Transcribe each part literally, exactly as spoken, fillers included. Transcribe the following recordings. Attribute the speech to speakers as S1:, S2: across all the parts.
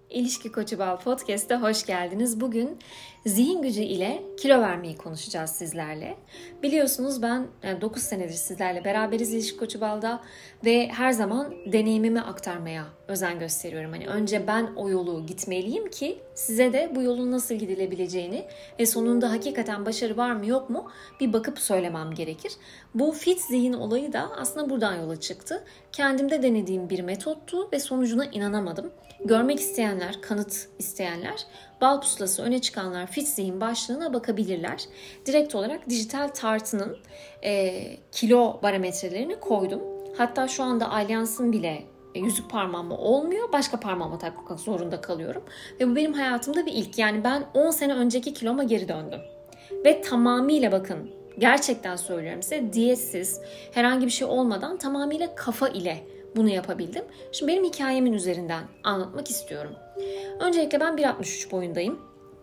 S1: İlişki Koçu Bal Podcast'a hoş geldiniz. Bugün zihin gücü ile kilo vermeyi konuşacağız sizlerle. Biliyorsunuz ben dokuz senedir sizlerle beraberiz İlişki Koçu Bal'da ve her zaman deneyimimi aktarmaya özen gösteriyorum. Hani önce ben o yolu gitmeliyim ki size de bu yolun nasıl gidilebileceğini ve sonunda hakikaten başarı var mı yok mu bir bakıp söylemem gerekir. Bu fit zihin olayı da aslında buradan yola çıktı. Kendimde denediğim bir metottu ve sonucuna inanamadım. Görmek isteyenler, kanıt isteyenler, Bal Pusulası öne çıkanlar fit zihin başlığına bakabilirler. Direkt olarak dijital tartının e, kilo barometrelerini koydum. Hatta şu anda Alyans'ın bile yüzük parmağıma olmuyor. Başka parmağıma takmak zorunda kalıyorum. Ve bu benim hayatımda bir ilk. Yani ben on sene önceki kiloma geri döndüm. Ve tamamıyla bakın gerçekten söylüyorum size diyetsiz, herhangi bir şey olmadan tamamıyla kafa ile bunu yapabildim. Şimdi benim hikayemin üzerinden anlatmak istiyorum. Öncelikle ben bir altmış üç boyundayım.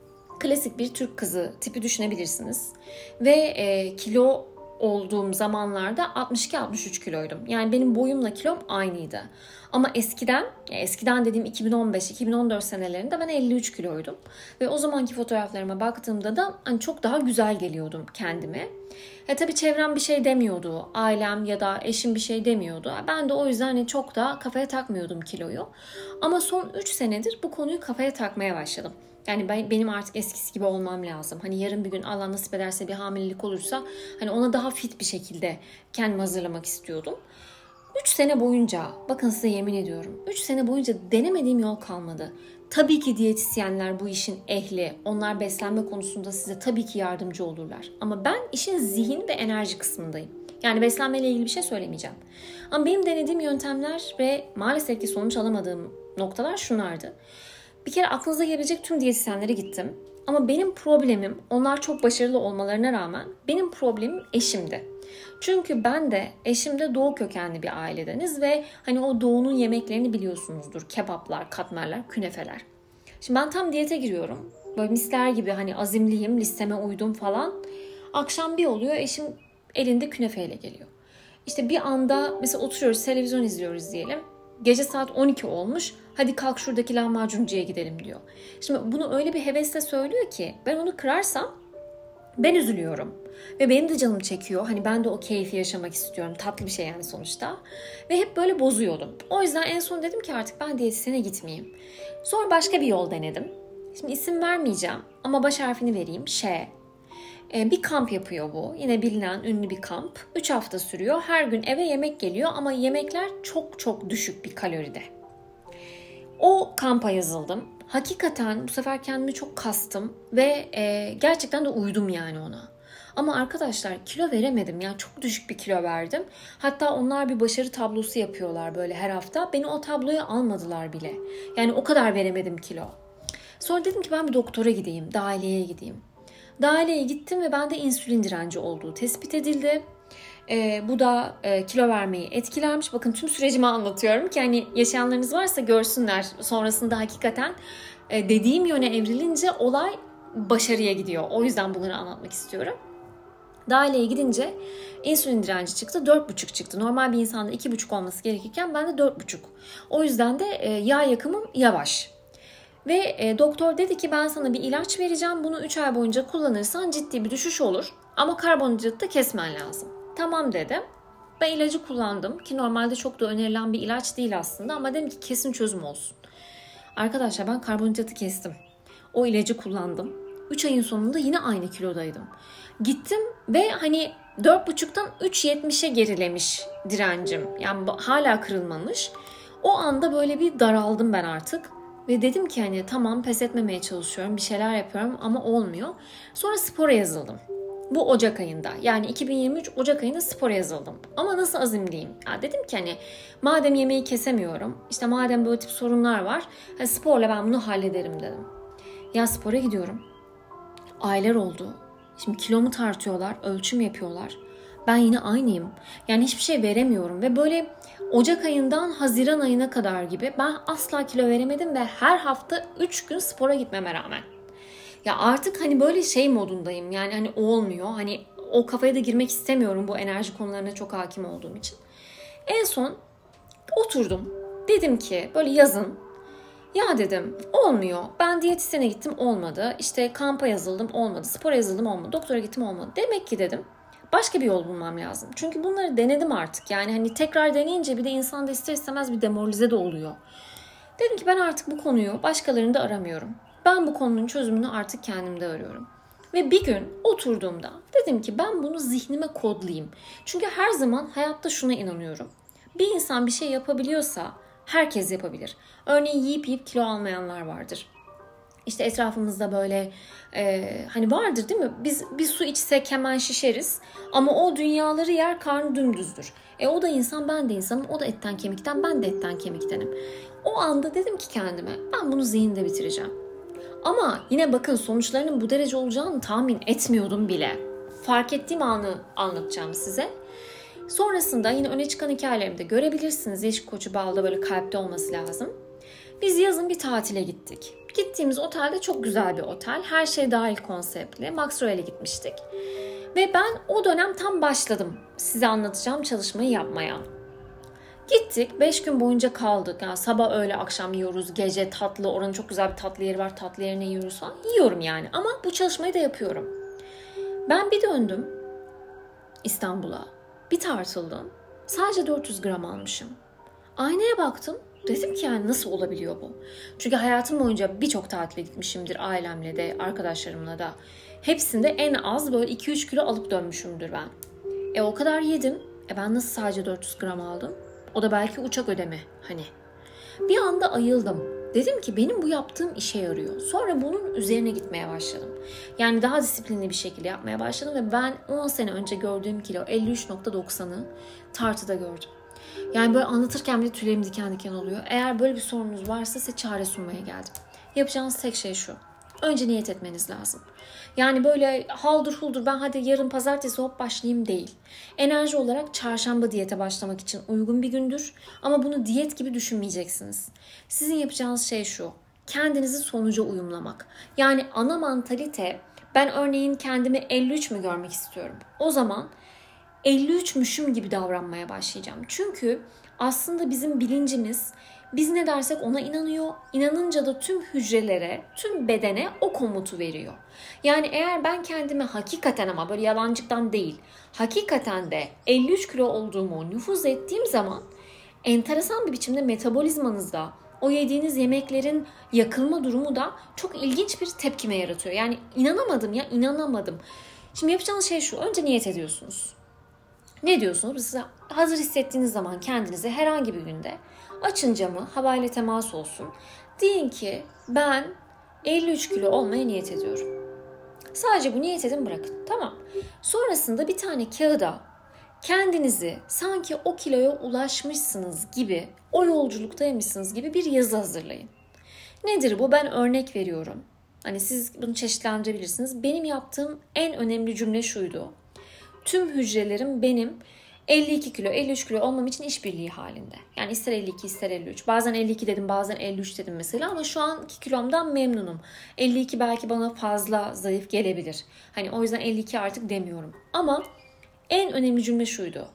S1: Klasik bir Türk kızı tipi düşünebilirsiniz. Ve e, kilo olduğum zamanlarda altmış iki altmış üç kiloydum. Yani benim boyumla kilom aynıydı. Ama eskiden, eskiden dediğim iki bin on beş iki bin on dört senelerinde ben elli üç kiloydum. Ve o zamanki fotoğraflarıma baktığımda da hani çok daha güzel geliyordum kendime. Ya tabii çevrem bir şey demiyordu. Ailem ya da eşim bir şey demiyordu. Ben de o yüzden hani çok da kafaya takmıyordum kiloyu. Ama son üç senedir bu konuyu kafaya takmaya başladım. Yani ben, benim artık eskisi gibi olmam lazım. Hani yarın bir gün Allah nasip ederse bir hamilelik olursa hani ona daha fit bir şekilde kendimi hazırlamak istiyordum. üç sene boyunca, bakın size yemin ediyorum, üç sene boyunca denemediğim yol kalmadı. Tabii ki diyetisyenler bu işin ehli. Onlar beslenme konusunda size tabii ki yardımcı olurlar. Ama ben işin zihin ve enerji kısmındayım. Yani beslenmeyle ilgili bir şey söylemeyeceğim. Ama benim denediğim yöntemler ve maalesef ki sonuç alamadığım noktalar şunlardı. Bir kere aklınıza gelebilecek tüm diyetisyenlere gittim. Ama benim problemim, onlar çok başarılı olmalarına rağmen benim problemim eşimdi. Çünkü ben de eşim de doğu kökenli bir ailedeniz ve hani o doğunun yemeklerini biliyorsunuzdur. Kebaplar, katmerler, künefeler. Şimdi ben tam diyete giriyorum. Böyle misler gibi hani azimliyim, listeme uydum falan. Akşam bir oluyor, eşim elinde künefeyle geliyor. İşte bir anda mesela oturuyoruz, televizyon izliyoruz diyelim. Gece saat on iki olmuş. Hadi kalk şuradaki lahmacuncuya gidelim diyor. Şimdi bunu öyle bir hevesle söylüyor ki ben onu kırarsam ben üzülüyorum. Ve benim de canım çekiyor. Hani ben de o keyfi yaşamak istiyorum. Tatlı bir şey yani sonuçta. Ve hep böyle bozuyordum. O yüzden en son dedim ki artık ben diyetisyene gitmeyeyim. Sonra başka bir yol denedim. Şimdi isim vermeyeceğim ama baş harfini vereyim. Ş. Bir kamp yapıyor bu. Yine bilinen ünlü bir kamp. üç hafta sürüyor. Her gün eve yemek geliyor ama yemekler çok çok düşük bir kaloride. O kampa yazıldım. Hakikaten bu sefer kendimi çok kastım ve e, gerçekten de uydum yani ona. Ama arkadaşlar kilo veremedim. Yani çok düşük bir kilo verdim. Hatta onlar bir başarı tablosu yapıyorlar böyle her hafta. Beni o tabloya almadılar bile. Yani o kadar veremedim kilo. Sonra dedim ki ben bir doktora gideyim. Dahiliyeye gideyim. Dahiliyeye gittim ve bende insülin direnci olduğu tespit edildi. Ee, bu da e, kilo vermeyi etkilermiş. Bakın tüm sürecimi anlatıyorum ki hani yaşayanlarınız varsa görsünler. Sonrasında hakikaten e, dediğim yöne evrilince olay başarıya gidiyor. O yüzden bunları anlatmak istiyorum. Dahiliyeye gidince insülin direnci çıktı. dört buçuk çıktı. Normal bir insanda iki buçuk olması gerekirken bende dört buçuk. O yüzden de e, yağ yakımım yavaş. Ve e, doktor dedi ki ben sana bir ilaç vereceğim. Bunu üç ay boyunca kullanırsan ciddi bir düşüş olur. Ama karbonhidratı da kesmen lazım. Tamam dedim. Ben ilacı kullandım ki normalde çok da önerilen bir ilaç değil aslında ama dedim ki kesin çözüm olsun. Arkadaşlar ben karbonhidratı kestim. O ilacı kullandım. üç ayın sonunda yine aynı kilodaydım. Gittim ve hani dört buçuktan üç yetmişe gerilemiş direncim. Yani hala kırılmamış. O anda böyle bir daraldım ben artık. Ve dedim ki hani tamam pes etmemeye çalışıyorum, bir şeyler yapıyorum ama olmuyor. Sonra spora yazıldım. Bu Ocak ayında yani iki bin yirmi üç Ocak ayında spora yazıldım. Ama nasıl azimliyim? Ya dedim ki hani madem yemeği kesemiyorum, işte madem böyle tip sorunlar var, hani sporla ben bunu hallederim dedim. Ya spora gidiyorum. Aylar oldu. Şimdi kilomu tartıyorlar, ölçüm yapıyorlar. Ben yine aynıyım. Yani hiçbir şey veremiyorum ve böyle Ocak ayından Haziran ayına kadar gibi ben asla kilo veremedim ve her hafta üç gün spora gitmeme rağmen. Ya artık hani böyle şey modundayım. Yani hani olmuyor. Hani o kafaya da girmek istemiyorum bu enerji konularına çok hakim olduğum için. En son oturdum. Dedim ki böyle yazın Ya dedim olmuyor. Ben diyetisyene gittim olmadı. İşte kampa yazıldım olmadı. Spora yazıldım olmadı. Doktora gittim olmadı. Demek ki dedim başka bir yol bulmam lazım. Çünkü bunları denedim artık. Yani hani tekrar deneyince bir de insan da ister istemez bir demoralize de oluyor. Dedim ki ben artık bu konuyu başkalarında aramıyorum. Ben bu konunun çözümünü artık kendimde arıyorum. Ve bir gün oturduğumda dedim ki ben bunu zihnime kodlayayım. Çünkü her zaman hayatta şuna inanıyorum. Bir insan bir şey yapabiliyorsa herkes yapabilir. Örneğin yiyip yiyip kilo almayanlar vardır. İşte etrafımızda böyle e, hani vardır değil mi? Biz bir su içsek hemen şişeriz ama o dünyaları yer, karnı dümdüzdür. E o da insan, ben de insanım. O da etten kemikten, ben de etten kemiktenim. O anda dedim ki kendime ben bunu zihinde bitireceğim. Ama yine bakın sonuçlarının bu derece olacağını tahmin etmiyordum bile. Fark ettiğim anı anlatacağım size. Sonrasında yine öne çıkan hikayelerimde görebilirsiniz. İlişki koçu balda böyle kalpte olması lazım. Biz yazın bir tatile gittik. Gittiğimiz otelde çok güzel bir otel. Her şey dahil konseptli. Max Royal'e gitmiştik. Ve ben o dönem tam başladım size anlatacağım çalışmayı yapmaya. Gittik. beş gün boyunca kaldık. Yani sabah öğle akşam yiyoruz. Gece tatlı. Oranın çok güzel bir tatlı yeri var. Tatlı yerine yiyoruz falan. Yiyorum yani. Ama bu çalışmayı da yapıyorum. Ben bir döndüm İstanbul'a. Bir tartıldım. Sadece dört yüz gram almışım. Aynaya baktım. Dedim ki yani nasıl olabiliyor bu? Çünkü hayatım boyunca birçok tatile gitmişimdir ailemle de, arkadaşlarımla da. Hepsinde en az böyle iki üç kilo alıp dönmüşümdür ben. E o kadar yedim. E ben nasıl sadece dört yüz gram aldım? O da belki uçak ödeme hani. Bir anda ayıldım. Dedim ki benim bu yaptığım işe yarıyor. Sonra bunun üzerine gitmeye başladım. Yani daha disiplinli bir şekilde yapmaya başladım ve ben on sene önce gördüğüm kilo elli üç nokta doksanı tartıda gördüm. Yani böyle anlatırken bile tüylerim diken diken oluyor. Eğer böyle bir sorunuz varsa size çare sunmaya geldim. Yapacağınız tek şey şu. Önce niyet etmeniz lazım. Yani böyle haldır huldur ben hadi yarın pazartesi hop başlayayım değil. Enerji olarak çarşamba diyete başlamak için uygun bir gündür. Ama bunu diyet gibi düşünmeyeceksiniz. Sizin yapacağınız şey şu. Kendinizi sonuca uyumlamak. Yani ana mantalite ben örneğin kendimi elli üç mü görmek istiyorum. O zaman elli üçmüşüm gibi davranmaya başlayacağım. Çünkü aslında bizim bilincimiz biz ne dersek ona inanıyor. İnanınca da tüm hücrelere, tüm bedene o komutu veriyor. Yani eğer ben kendime hakikaten ama böyle yalancıktan değil, hakikaten de elli üç kilo olduğumu nüfuz ettiğim zaman enteresan bir biçimde metabolizmanızda o yediğiniz yemeklerin yakılma durumu da çok ilginç bir tepkime yaratıyor. Yani inanamadım ya inanamadım. Şimdi yapacağınız şey şu. Önce niyet ediyorsunuz. Ne diyorsunuz? Size hazır hissettiğiniz zaman kendinize herhangi bir günde açın camı, havayla temas olsun. Deyin ki ben elli üç kilo olmaya niyet ediyorum. Sadece bu niyet edin bırakın. Tamam. Sonrasında bir tane kağıda kendinizi sanki o kiloya ulaşmışsınız gibi, o yolculuktaymışsınız gibi bir yazı hazırlayın. Nedir bu? Ben örnek veriyorum. Hani siz bunu çeşitlendirebilirsiniz. Benim yaptığım en önemli cümle şuydu. Tüm hücrelerim benim elli iki kilo, elli üç kilo olmam için işbirliği halinde. Yani ister elli iki ister elli üç. Bazen elli iki dedim, bazen elli üç dedim mesela ama şu anki kilomdan memnunum. elli iki belki bana fazla zayıf gelebilir. Hani o yüzden elli iki artık demiyorum. Ama en önemli cümle şuydu.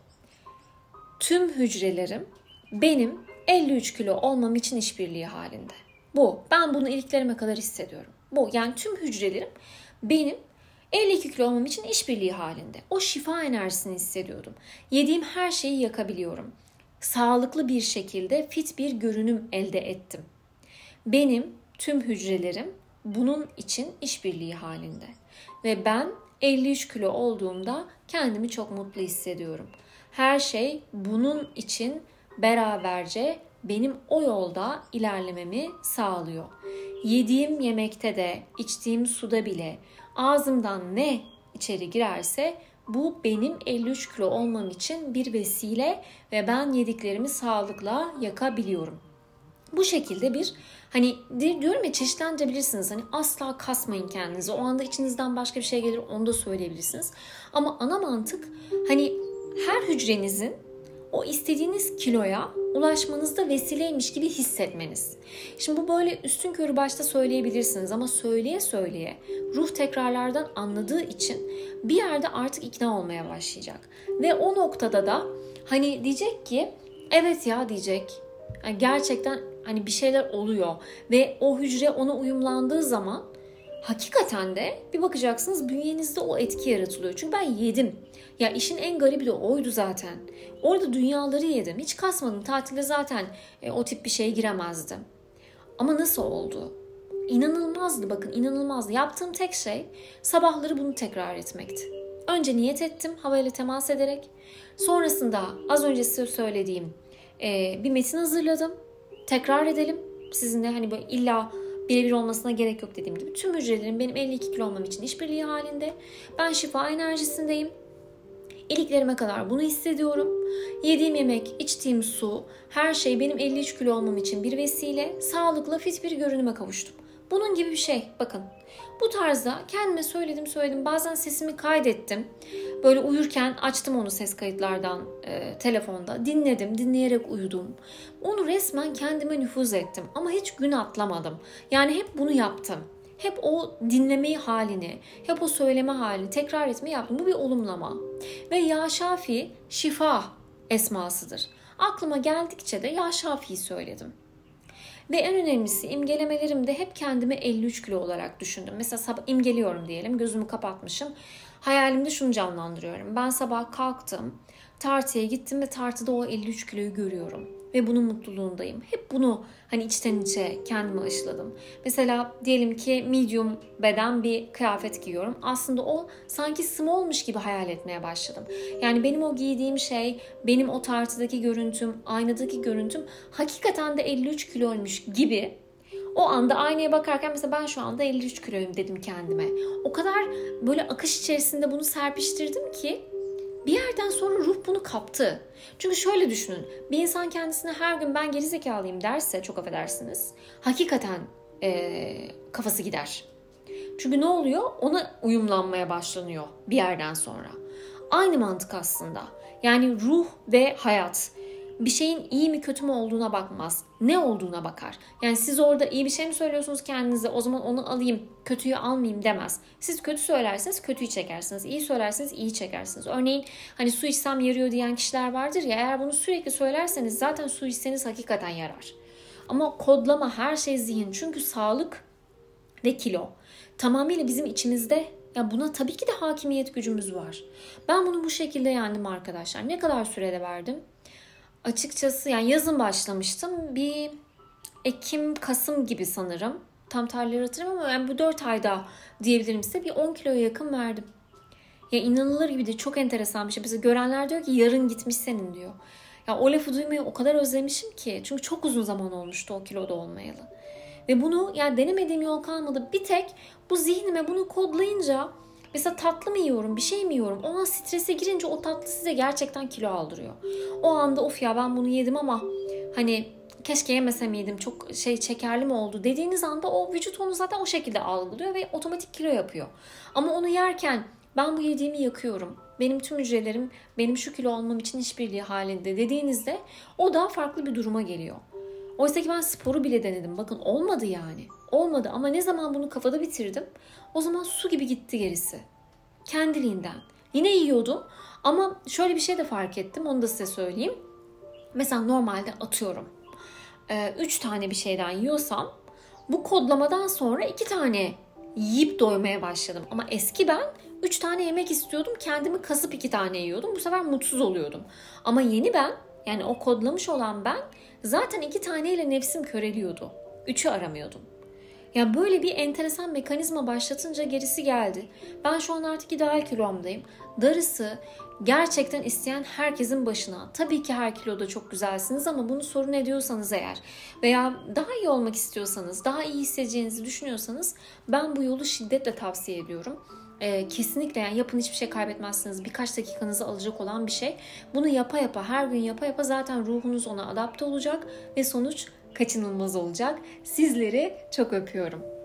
S1: Tüm hücrelerim benim elli üç kilo olmam için işbirliği halinde. Bu. Ben bunu iliklerime kadar hissediyorum. Bu. Yani tüm hücrelerim benim elli iki kilo olmam için işbirliği halinde. O şifa enerjisini hissediyordum. Yediğim her şeyi yakabiliyorum. Sağlıklı bir şekilde fit bir görünüm elde ettim. Benim tüm hücrelerim bunun için işbirliği halinde. Ve ben elli üç kilo olduğumda kendimi çok mutlu hissediyorum. Her şey bunun için beraberce benim o yolda ilerlememi sağlıyor. Yediğim yemekte de, içtiğim suda bile ağzımdan ne içeri girerse bu benim elli üç kilo olmam için bir vesile ve ben yediklerimi sağlıkla yakabiliyorum. Bu şekilde bir hani diyorum ya çeşitlendirebilirsiniz. Hani asla kasmayın kendinizi. O anda içinizden başka bir şey gelir onu da söyleyebilirsiniz. Ama ana mantık hani her hücrenizin o istediğiniz kiloya ulaşmanızda vesileymiş gibi hissetmeniz. Şimdi bu böyle üstünkörü başta söyleyebilirsiniz ama söyleye söyleye ruh tekrarlardan anladığı için bir yerde artık ikna olmaya başlayacak. Ve o noktada da hani diyecek ki evet ya diyecek. Yani gerçekten Hani bir şeyler oluyor ve o hücre ona uyumlandığı zaman hakikaten de bir bakacaksınız bünyenizde o etki yaratılıyor. Çünkü ben yedim. Ya işin en garibi de oydu zaten. Orada dünyaları yedim. Hiç kasmadım. Tatilde zaten e, o tip bir şeye giremezdim. Ama nasıl oldu? İnanılmazdı, bakın inanılmazdı. Yaptığım tek şey sabahları bunu tekrar etmekti. Önce niyet ettim havayla temas ederek. Sonrasında az önce size söylediğim e, bir metin hazırladım. Tekrar edelim. Sizinle hani böyle illa birebir olmasına gerek yok dediğim gibi. Tüm hücrelerim benim elli iki kilo olmam için işbirliği halinde. Ben şifa enerjisindeyim. İliklerime kadar bunu hissediyorum. Yediğim yemek, içtiğim su, her şey benim elli üç kilo olmam için bir vesile. Sağlıklı, fit bir görünüme kavuştum. Bunun gibi bir şey. Bakın bu tarzda kendime söyledim söyledim. Bazen sesimi kaydettim. Böyle uyurken açtım onu ses kayıtlardan e, telefonda. Dinledim, dinleyerek uyudum. Onu resmen kendime nüfuz ettim. Ama hiç gün atlamadım. Yani hep bunu yaptım. Hep o dinlemeyi halini, hep o söyleme halini tekrar etmeyi yaptım. Bu bir olumlama. Ve Ya Şafi şifa esmasıdır. Aklıma geldikçe de Ya Şafi'yi söyledim. Ve en önemlisi imgelemelerimde hep kendimi elli üç kilo olarak düşündüm. Mesela sabah imgeliyorum diyelim, gözümü kapatmışım. Hayalimde şunu canlandırıyorum. Ben sabah kalktım, tartıya gittim ve tartıda o elli üç kiloyu görüyorum. Ve bunun mutluluğundayım. Hep bunu hani içten içe kendime aşıladım. Mesela diyelim ki medium beden bir kıyafet giyiyorum. Aslında o sanki smallmış gibi hayal etmeye başladım. Yani benim o giydiğim şey, benim o tartıdaki görüntüm, aynadaki görüntüm hakikaten de elli üç kiloymuş gibi. O anda aynaya bakarken mesela ben şu anda elli üç kiloyum dedim kendime. O kadar böyle akış içerisinde bunu serpiştirdim ki bir yerden sonra ruh bunu kaptı. Çünkü şöyle düşünün. Bir insan kendisine her gün ben gerizekalıyım derse, çok affedersiniz, hakikaten ee, kafası gider. Çünkü ne oluyor? Ona uyumlanmaya başlanıyor bir yerden sonra. Aynı mantık aslında. Yani ruh ve hayat bir şeyin iyi mi kötü mü olduğuna bakmaz. Ne olduğuna bakar. Yani siz orada iyi bir şey mi söylüyorsunuz kendinize, o zaman onu alayım, kötüyü almayayım demez. Siz kötü söylerseniz kötüyü çekersiniz. İyi söylerseniz iyi çekersiniz. Örneğin hani su içsem yarıyor diyen kişiler vardır ya, eğer bunu sürekli söylerseniz zaten su içseniz hakikaten yarar. Ama kodlama, her şey zihin. Çünkü sağlık ve kilo tamamıyla bizim içimizde. Ya buna tabii ki de hakimiyet gücümüz var. Ben bunu bu şekilde yendim arkadaşlar. Ne kadar sürede verdim? Açıkçası yani yazın başlamıştım. Bir Ekim, Kasım gibi sanırım. Tam tarihleri hatırlamıyorum ama yani bu dört ayda diyebilirim size bir on kiloya yakın verdim. Ya inanılır gibi de çok enteresan bir şey. Mesela görenler diyor ki yarın gitmiş senin diyor. Ya o lafı duymayı o kadar özlemişim ki. Çünkü çok uzun zaman olmuştu o kiloda olmayalı. Ve bunu yani denemediğim yol kalmadı. Bir tek bu zihnime bunu kodlayınca mesela tatlı mı yiyorum, bir şey mi yiyorum? O an strese girince o tatlı size gerçekten kilo aldırıyor. O anda of ya ben bunu yedim ama hani keşke yemesem yedim, çok şey şekerli mi oldu dediğiniz anda o vücut onu zaten o şekilde algılıyor ve otomatik kilo yapıyor. Ama onu yerken ben bu yediğimi yakıyorum, benim tüm hücrelerim benim şu kilo olmam için işbirliği halinde dediğinizde o daha farklı bir duruma geliyor. Oysa ki ben sporu bile denedim. Bakın olmadı yani. Olmadı ama ne zaman bunu kafada bitirdim o zaman su gibi gitti gerisi. Kendiliğinden. Yine yiyordum ama şöyle bir şey de fark ettim. Onu da size söyleyeyim. Mesela normalde atıyorum üç tane bir şeyden yiyorsam bu kodlamadan sonra iki tane yiyip doymaya başladım. Ama eski ben üç tane yemek istiyordum. Kendimi kasıp iki tane yiyordum. Bu sefer mutsuz oluyordum. Ama yeni ben, yani o kodlamış olan ben zaten iki taneyle nefsim köreliyordu. Üçü aramıyordum. Ya böyle bir enteresan mekanizma başlatınca gerisi geldi. Ben şu an artık ideal kilomdayım. Darısı gerçekten isteyen herkesin başına. Tabii ki her kiloda çok güzelsiniz ama bunu sorun ediyorsanız eğer veya daha iyi olmak istiyorsanız, daha iyi hissedeceğinizi düşünüyorsanız ben bu yolu şiddetle tavsiye ediyorum. Ee, kesinlikle yani yapın, hiçbir şey kaybetmezsiniz. Birkaç dakikanızı alacak olan bir şey. Bunu yapa yapa, her gün yapa yapa zaten ruhunuz ona adapte olacak ve sonuç kaçınılmaz olacak. Sizleri çok öpüyorum.